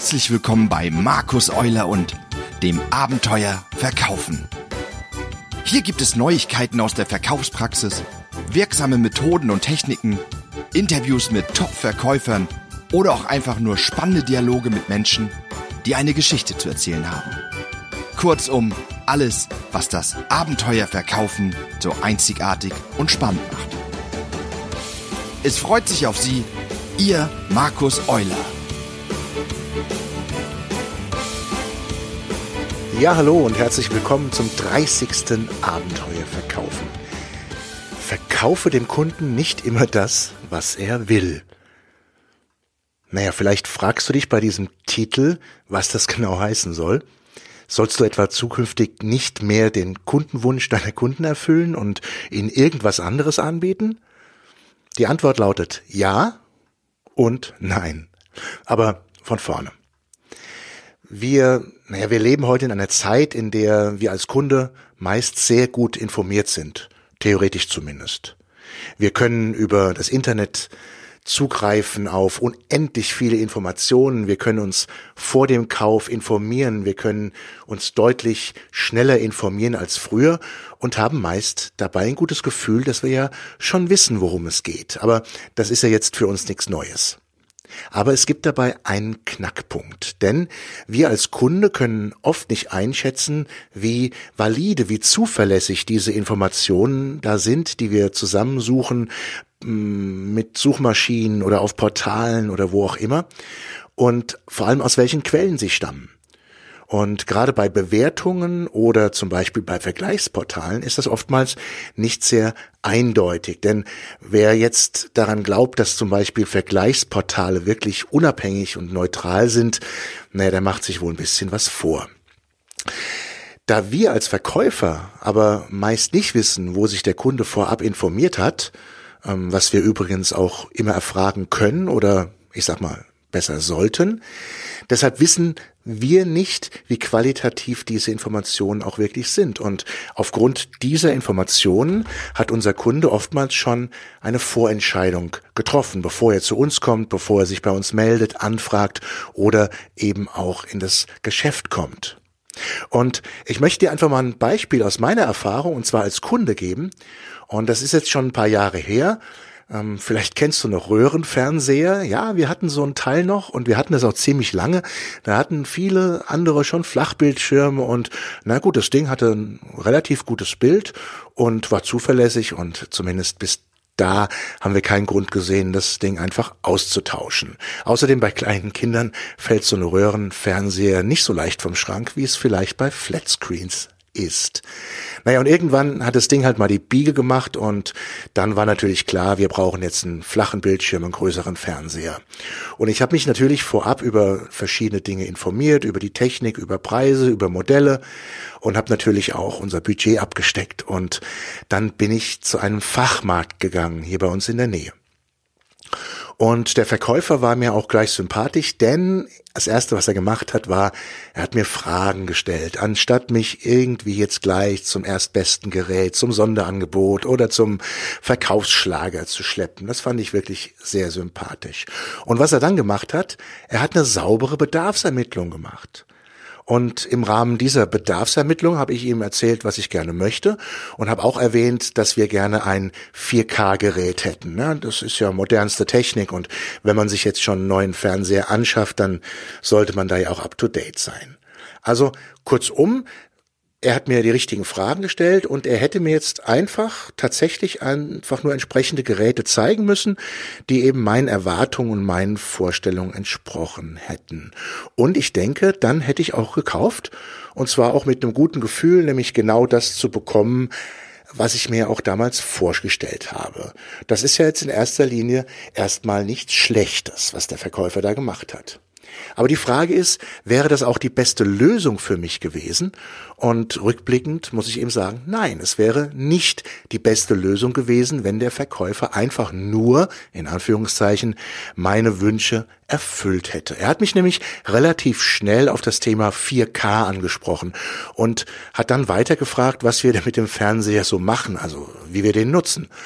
Herzlich willkommen bei Markus Euler und dem Abenteuer Verkaufen. Hier gibt es Neuigkeiten aus der Verkaufspraxis, wirksame Methoden und Techniken, Interviews mit Top-Verkäufern oder auch einfach nur spannende Dialoge mit Menschen, die eine Geschichte zu erzählen haben. Kurzum, alles, was das Abenteuer Verkaufen so einzigartig und spannend macht. Es freut sich auf Sie, Ihr Markus Euler. Ja, hallo und herzlich willkommen zum 30. Abenteuer Verkaufen. Verkaufe dem Kunden nicht immer das, was er will. Naja, vielleicht fragst du dich bei diesem Titel, was das genau heißen soll. Sollst du etwa zukünftig nicht mehr den Kundenwunsch deiner Kunden erfüllen und ihnen irgendwas anderes anbieten? Die Antwort lautet ja und nein. Aber von vorne. Wir leben heute in einer Zeit, in der wir als Kunde meist sehr gut informiert sind, theoretisch zumindest. Wir können über das Internet zugreifen auf unendlich viele Informationen, wir können uns vor dem Kauf informieren, wir können uns deutlich schneller informieren als früher und haben meist dabei ein gutes Gefühl, dass wir ja schon wissen, worum es geht. Aber das ist ja jetzt für uns nichts Neues. Aber es gibt dabei einen Knackpunkt, denn wir als Kunde können oft nicht einschätzen, wie valide, wie zuverlässig diese Informationen da sind, die wir zusammensuchen mit Suchmaschinen oder auf Portalen oder wo auch immer und vor allem aus welchen Quellen sie stammen. Und gerade bei Bewertungen oder zum Beispiel bei Vergleichsportalen ist das oftmals nicht sehr eindeutig. Denn wer jetzt daran glaubt, dass zum Beispiel Vergleichsportale wirklich unabhängig und neutral sind, der macht sich wohl ein bisschen was vor. Da wir als Verkäufer aber meist nicht wissen, wo sich der Kunde vorab informiert hat, was wir übrigens auch immer erfragen können oder besser sollten. Deshalb wissen wir nicht, wie qualitativ diese Informationen auch wirklich sind. Und aufgrund dieser Informationen hat unser Kunde oftmals schon eine Vorentscheidung getroffen, bevor er zu uns kommt, bevor er sich bei uns meldet, anfragt oder eben auch in das Geschäft kommt. Und ich möchte dir einfach mal ein Beispiel aus meiner Erfahrung, und zwar als Kunde geben. Und das ist jetzt schon ein paar Jahre her. Vielleicht kennst du noch Röhrenfernseher. Ja, wir hatten so ein Teil noch und wir hatten das auch ziemlich lange. Da hatten viele andere schon Flachbildschirme und das Ding hatte ein relativ gutes Bild und war zuverlässig und zumindest bis da haben wir keinen Grund gesehen, das Ding einfach auszutauschen. Außerdem bei kleinen Kindern fällt so ein Röhrenfernseher nicht so leicht vom Schrank, wie es vielleicht bei Flatscreens ist. Und irgendwann hat das Ding halt mal die Biege gemacht und dann war natürlich klar, wir brauchen jetzt einen flachen Bildschirm, einen größeren Fernseher. Und ich habe mich natürlich vorab über verschiedene Dinge informiert, über die Technik, über Preise, über Modelle und habe natürlich auch unser Budget abgesteckt. Und dann bin ich zu einem Fachmarkt gegangen, hier bei uns in der Nähe. Und der Verkäufer war mir auch gleich sympathisch, denn das Erste, was er gemacht hat, war, er hat mir Fragen gestellt, anstatt mich irgendwie jetzt gleich zum erstbesten Gerät, zum Sonderangebot oder zum Verkaufsschlager zu schleppen. Das fand ich wirklich sehr sympathisch. Und was er dann gemacht hat, er hat eine saubere Bedarfsermittlung gemacht. Und im Rahmen dieser Bedarfsermittlung habe ich ihm erzählt, was ich gerne möchte und habe auch erwähnt, dass wir gerne ein 4K-Gerät hätten. Das ist ja modernste Technik und wenn man sich jetzt schon einen neuen Fernseher anschafft, dann sollte man da ja auch up-to-date sein. Also kurzum, er hat mir die richtigen Fragen gestellt und er hätte mir jetzt tatsächlich einfach nur entsprechende Geräte zeigen müssen, die eben meinen Erwartungen und meinen Vorstellungen entsprochen hätten. Und ich denke, dann hätte ich auch gekauft und zwar auch mit einem guten Gefühl, nämlich genau das zu bekommen, was ich mir auch damals vorgestellt habe. Das ist ja jetzt in erster Linie erstmal nichts Schlechtes, was der Verkäufer da gemacht hat. Aber die Frage ist, wäre das auch die beste Lösung für mich gewesen? Und rückblickend muss ich eben sagen, nein, es wäre nicht die beste Lösung gewesen, wenn der Verkäufer einfach nur, in Anführungszeichen, meine Wünsche erfüllt hätte. Er hat mich nämlich relativ schnell auf das Thema 4K angesprochen und hat dann weiter gefragt, was wir denn mit dem Fernseher so machen, also wie wir den nutzen.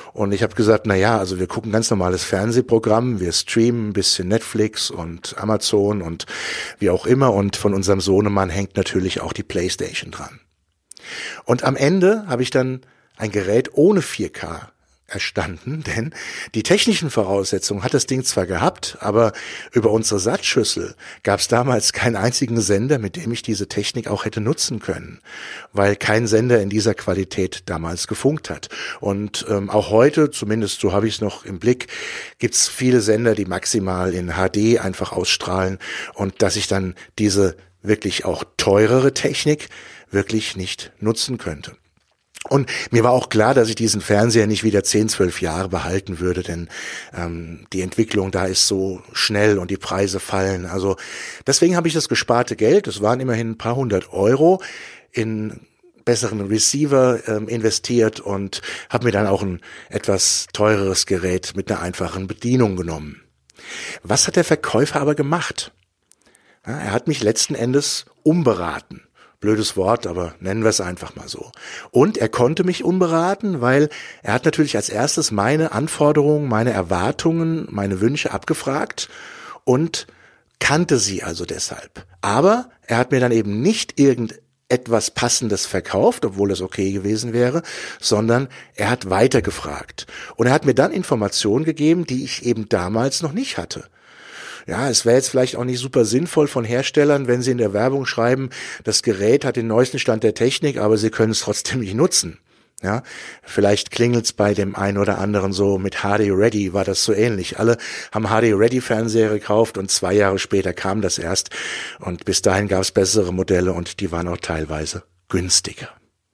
Und ich habe gesagt, na ja, also wir gucken ganz normales Fernsehprogramm, wir streamen ein bisschen Netflix und Amazon und wie auch immer. Und von unserem Sohnemann hängt natürlich auch die PlayStation dran. Und am Ende habe ich dann ein Gerät ohne 4K erstanden, denn die technischen Voraussetzungen hat das Ding zwar gehabt, aber über unsere Satzschüssel gab es damals keinen einzigen Sender, mit dem ich diese Technik auch hätte nutzen können, weil kein Sender in dieser Qualität damals gefunkt hat. Und auch heute, zumindest so habe ich es noch im Blick, gibt es viele Sender, die maximal in HD einfach ausstrahlen und dass ich dann diese wirklich auch teurere Technik wirklich nicht nutzen könnte. Und mir war auch klar, dass ich diesen Fernseher nicht wieder 10, 12 Jahre behalten würde, denn die Entwicklung da ist so schnell und die Preise fallen. Also deswegen habe ich das gesparte Geld, das waren immerhin ein paar hundert Euro, in besseren Receiver investiert und habe mir dann auch ein etwas teureres Gerät mit einer einfachen Bedienung genommen. Was hat der Verkäufer aber gemacht? Ja, er hat mich letzten Endes umberaten. Blödes Wort, aber nennen wir es einfach mal so. Und er konnte mich umberaten, weil er hat natürlich als erstes meine Anforderungen, meine Erwartungen, meine Wünsche abgefragt und kannte sie also deshalb. Aber er hat mir dann eben nicht irgendetwas Passendes verkauft, obwohl das okay gewesen wäre, sondern er hat weitergefragt. Und er hat mir dann Informationen gegeben, die ich eben damals noch nicht hatte. Ja, es wäre jetzt vielleicht auch nicht super sinnvoll von Herstellern, wenn sie in der Werbung schreiben, das Gerät hat den neuesten Stand der Technik, aber sie können es trotzdem nicht nutzen. Ja, vielleicht klingelt's bei dem einen oder anderen so, mit HD Ready war das so ähnlich. Alle haben HD Ready Fernseher gekauft und 2 Jahre später kam das erst und bis dahin gab's bessere Modelle und die waren auch teilweise günstiger.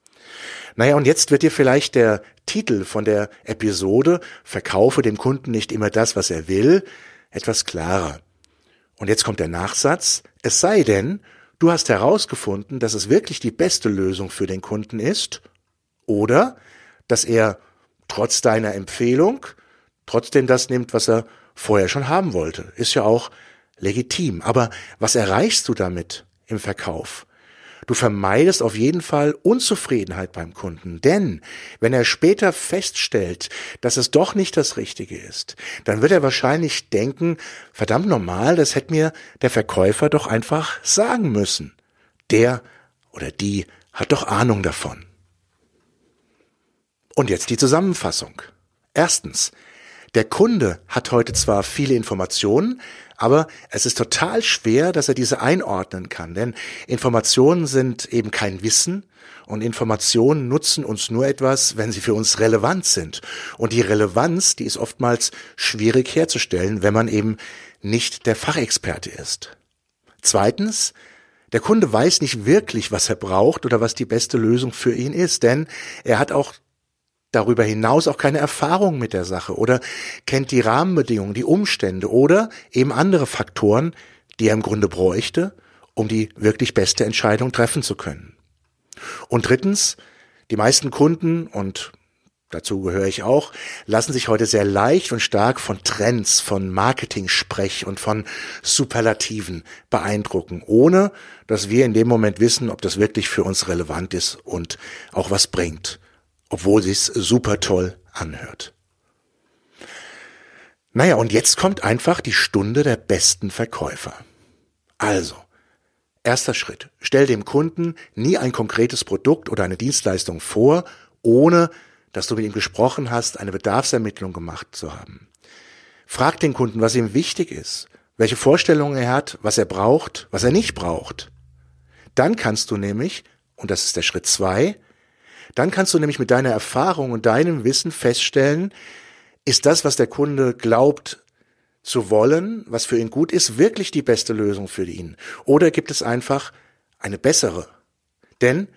Naja, und jetzt wird dir vielleicht der Titel von der Episode "Verkaufe dem Kunden nicht immer das, was er will" etwas klarer. Und jetzt kommt der Nachsatz, es sei denn, du hast herausgefunden, dass es wirklich die beste Lösung für den Kunden ist oder dass er trotz deiner Empfehlung trotzdem das nimmt, was er vorher schon haben wollte. Ist ja auch legitim. Aber was erreichst du damit im Verkauf? Du vermeidest auf jeden Fall Unzufriedenheit beim Kunden, denn wenn er später feststellt, dass es doch nicht das Richtige ist, dann wird er wahrscheinlich denken, verdammt normal, das hätte mir der Verkäufer doch einfach sagen müssen. Der oder die hat doch Ahnung davon. Und jetzt die Zusammenfassung. Erstens, der Kunde hat heute zwar viele Informationen, aber es ist total schwer, dass er diese einordnen kann, denn Informationen sind eben kein Wissen und Informationen nutzen uns nur etwas, wenn sie für uns relevant sind. Und die Relevanz, die ist oftmals schwierig herzustellen, wenn man eben nicht der Fachexperte ist. Zweitens, der Kunde weiß nicht wirklich, was er braucht oder was die beste Lösung für ihn ist, denn er hat auch darüber hinaus auch keine Erfahrung mit der Sache oder kennt die Rahmenbedingungen, die Umstände oder eben andere Faktoren, die er im Grunde bräuchte, um die wirklich beste Entscheidung treffen zu können. Und drittens, die meisten Kunden, und dazu gehöre ich auch, lassen sich heute sehr leicht und stark von Trends, von Marketing-Sprech und von Superlativen beeindrucken, ohne dass wir in dem Moment wissen, ob das wirklich für uns relevant ist und auch was bringt, obwohl sich's super toll anhört. Naja, und jetzt kommt einfach die Stunde der besten Verkäufer. Also, erster Schritt. Stell dem Kunden nie ein konkretes Produkt oder eine Dienstleistung vor, ohne dass du mit ihm gesprochen hast, eine Bedarfsermittlung gemacht zu haben. Frag den Kunden, was ihm wichtig ist, welche Vorstellungen er hat, was er braucht, was er nicht braucht. Dann kannst du nämlich, und das ist der Schritt 2, dann kannst du nämlich mit deiner Erfahrung und deinem Wissen feststellen, ist das, was der Kunde glaubt zu wollen, was für ihn gut ist, wirklich die beste Lösung für ihn? Oder gibt es einfach eine bessere? Denn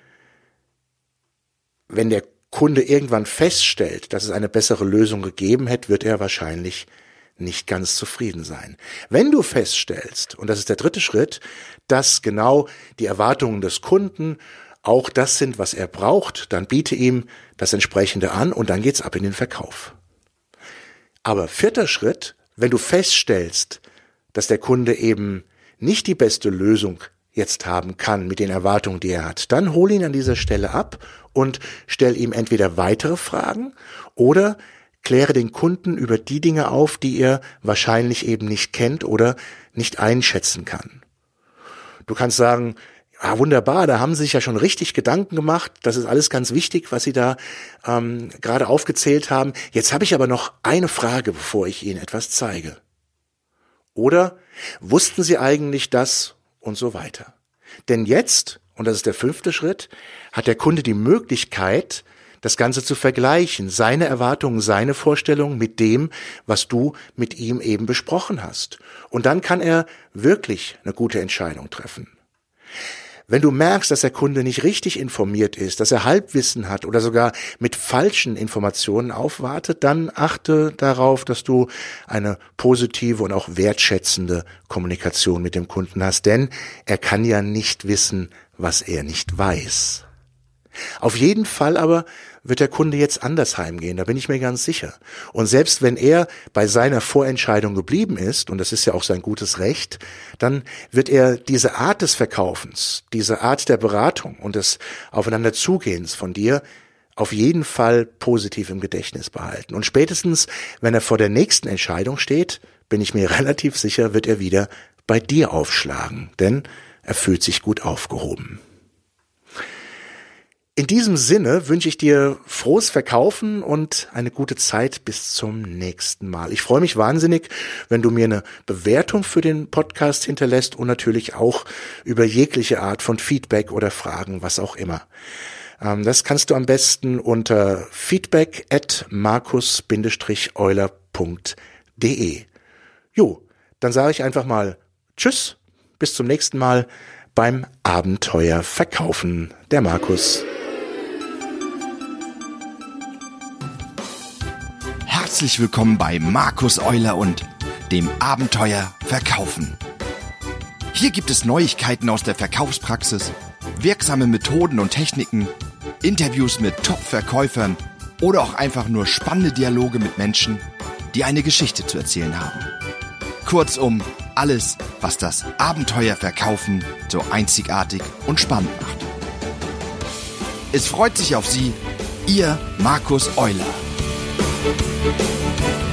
wenn der Kunde irgendwann feststellt, dass es eine bessere Lösung gegeben hätte, wird er wahrscheinlich nicht ganz zufrieden sein. Wenn du feststellst, und das ist der dritte Schritt, dass genau die Erwartungen des Kunden auch das sind, was er braucht, dann biete ihm das Entsprechende an und dann geht's ab in den Verkauf. Aber vierter Schritt, wenn du feststellst, dass der Kunde eben nicht die beste Lösung jetzt haben kann mit den Erwartungen, die er hat, dann hol ihn an dieser Stelle ab und stell ihm entweder weitere Fragen oder kläre den Kunden über die Dinge auf, die er wahrscheinlich eben nicht kennt oder nicht einschätzen kann. Du kannst sagen, ja, wunderbar, da haben Sie sich ja schon richtig Gedanken gemacht. Das ist alles ganz wichtig, was Sie da gerade aufgezählt haben. Jetzt habe ich aber noch eine Frage, bevor ich Ihnen etwas zeige. Oder wussten Sie eigentlich das und so weiter? Denn jetzt, und das ist der 5. Schritt, hat der Kunde die Möglichkeit, das Ganze zu vergleichen, seine Erwartungen, seine Vorstellungen mit dem, was du mit ihm eben besprochen hast. Und dann kann er wirklich eine gute Entscheidung treffen. Wenn du merkst, dass der Kunde nicht richtig informiert ist, dass er Halbwissen hat oder sogar mit falschen Informationen aufwartet, dann achte darauf, dass du eine positive und auch wertschätzende Kommunikation mit dem Kunden hast, denn er kann ja nicht wissen, was er nicht weiß. Auf jeden Fall aber wird der Kunde jetzt anders heimgehen, da bin ich mir ganz sicher. Und selbst wenn er bei seiner Vorentscheidung geblieben ist, und das ist ja auch sein gutes Recht, dann wird er diese Art des Verkaufens, diese Art der Beratung und des Aufeinanderzugehens von dir auf jeden Fall positiv im Gedächtnis behalten. Und spätestens, wenn er vor der nächsten Entscheidung steht, bin ich mir relativ sicher, wird er wieder bei dir aufschlagen, denn er fühlt sich gut aufgehoben. In diesem Sinne wünsche ich dir frohes Verkaufen und eine gute Zeit bis zum nächsten Mal. Ich freue mich wahnsinnig, wenn du mir eine Bewertung für den Podcast hinterlässt und natürlich auch über jegliche Art von Feedback oder Fragen, was auch immer. Das kannst du am besten unter feedback@markus-euler.de. Jo, dann sage ich einfach mal Tschüss, bis zum nächsten Mal beim Abenteuer Verkaufen. Der Markus. Herzlich willkommen bei Markus Euler und dem Abenteuer Verkaufen. Hier gibt es Neuigkeiten aus der Verkaufspraxis, wirksame Methoden und Techniken, Interviews mit Top-Verkäufern oder auch einfach nur spannende Dialoge mit Menschen, die eine Geschichte zu erzählen haben. Kurzum, alles, was das Abenteuer Verkaufen so einzigartig und spannend macht. Es freut sich auf Sie, Ihr Markus Euler.